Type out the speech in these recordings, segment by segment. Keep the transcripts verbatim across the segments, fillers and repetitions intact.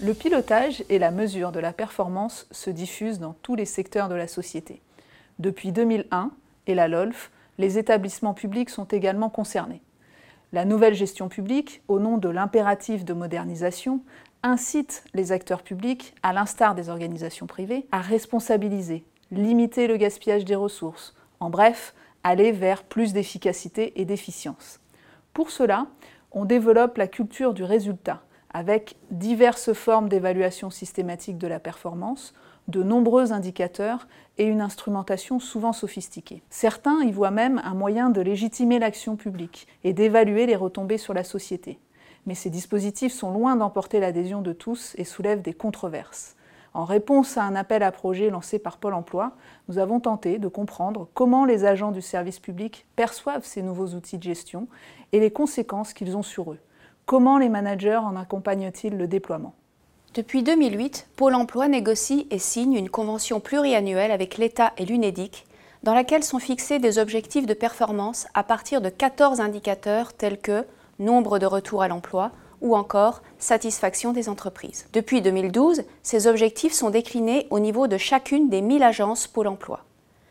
Le pilotage et la mesure de la performance se diffusent dans tous les secteurs de la société. Depuis deux mille un et la LOLF, les établissements publics sont également concernés. La nouvelle gestion publique, au nom de l'impératif de modernisation, incite les acteurs publics, à l'instar des organisations privées, à responsabiliser, limiter le gaspillage des ressources, en bref, aller vers plus d'efficacité et d'efficience. Pour cela, on développe la culture du résultat, avec diverses formes d'évaluation systématique de la performance, de nombreux indicateurs et une instrumentation souvent sophistiquée. Certains y voient même un moyen de légitimer l'action publique et d'évaluer les retombées sur la société. Mais ces dispositifs sont loin d'emporter l'adhésion de tous et soulèvent des controverses. En réponse à un appel à projet lancé par Pôle emploi, nous avons tenté de comprendre comment les agents du service public perçoivent ces nouveaux outils de gestion et les conséquences qu'ils ont sur eux. Comment les managers en accompagnent-ils le déploiement ? Depuis deux mille huit, Pôle emploi négocie et signe une convention pluriannuelle avec l'État et l'UNEDIC, dans laquelle sont fixés des objectifs de performance à partir de quatorze indicateurs tels que nombre de retours à l'emploi ou encore satisfaction des entreprises. Depuis deux mille douze, ces objectifs sont déclinés au niveau de chacune des mille agences Pôle emploi.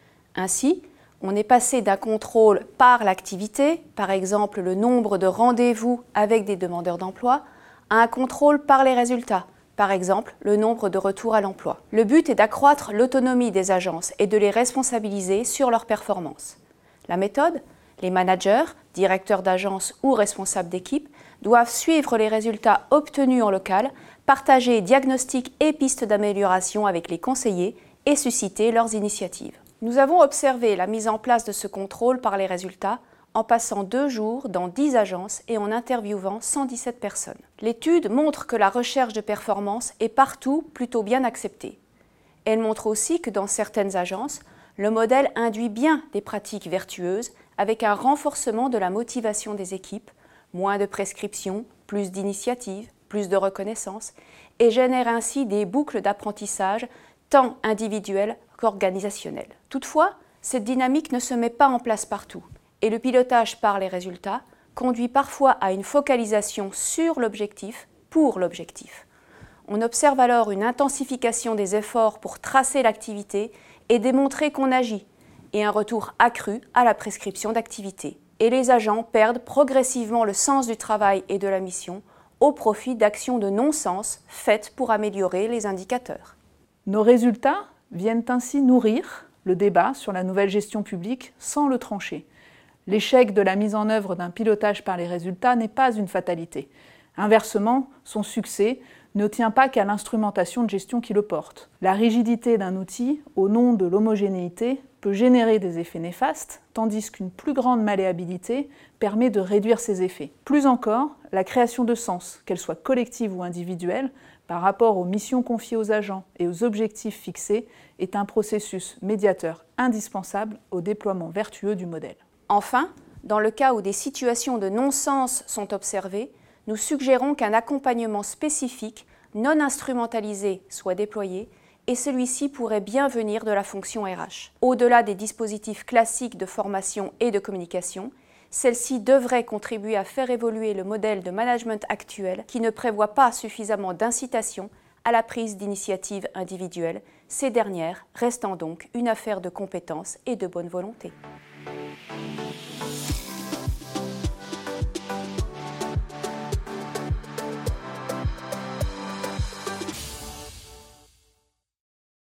Ainsi, on est passé d'un contrôle par l'activité, par exemple le nombre de rendez-vous avec des demandeurs d'emploi, à un contrôle par les résultats, par exemple le nombre de retours à l'emploi. Le but est d'accroître l'autonomie des agences et de les responsabiliser sur leurs performances. La méthode ? Les managers, directeurs d'agence ou responsables d'équipe doivent suivre les résultats obtenus en local, partager diagnostics et pistes d'amélioration avec les conseillers et susciter leurs initiatives. Nous avons observé la mise en place de ce contrôle par les résultats en passant deux jours dans dix agences et en interviewant cent dix-sept personnes. L'étude montre que la recherche de performance est partout plutôt bien acceptée. Elle montre aussi que dans certaines agences, le modèle induit bien des pratiques vertueuses avec un renforcement de la motivation des équipes, moins de prescriptions, plus d'initiatives, plus de reconnaissance et génère ainsi des boucles d'apprentissage tant individuelles qu'organisationnelles. Toutefois, cette dynamique ne se met pas en place partout et le pilotage par les résultats conduit parfois à une focalisation sur l'objectif pour l'objectif. On observe alors une intensification des efforts pour tracer l'activité et démontrer qu'on agit et un retour accru à la prescription d'activité. Et les agents perdent progressivement le sens du travail et de la mission au profit d'actions de non-sens faites pour améliorer les indicateurs. Nos résultats viennent ainsi nourrir le débat sur la nouvelle gestion publique sans le trancher. L'échec de la mise en œuvre d'un pilotage par les résultats n'est pas une fatalité. Inversement, son succès ne tient pas qu'à l'instrumentation de gestion qui le porte. La rigidité d'un outil, au nom de l'homogénéité, peut générer des effets néfastes, tandis qu'une plus grande malléabilité permet de réduire ces effets. Plus encore, la création de sens, qu'elle soit collective ou individuelle, par rapport aux missions confiées aux agents et aux objectifs fixés, est un processus médiateur indispensable au déploiement vertueux du modèle. Enfin, dans le cas où des situations de non-sens sont observées, nous suggérons qu'un accompagnement spécifique, non instrumentalisé, soit déployé, et celui-ci pourrait bien venir de la fonction R H. Au-delà des dispositifs classiques de formation et de communication, celle-ci devrait contribuer à faire évoluer le modèle de management actuel qui ne prévoit pas suffisamment d'incitation à la prise d'initiatives individuelles, ces dernières restant donc une affaire de compétences et de bonne volonté.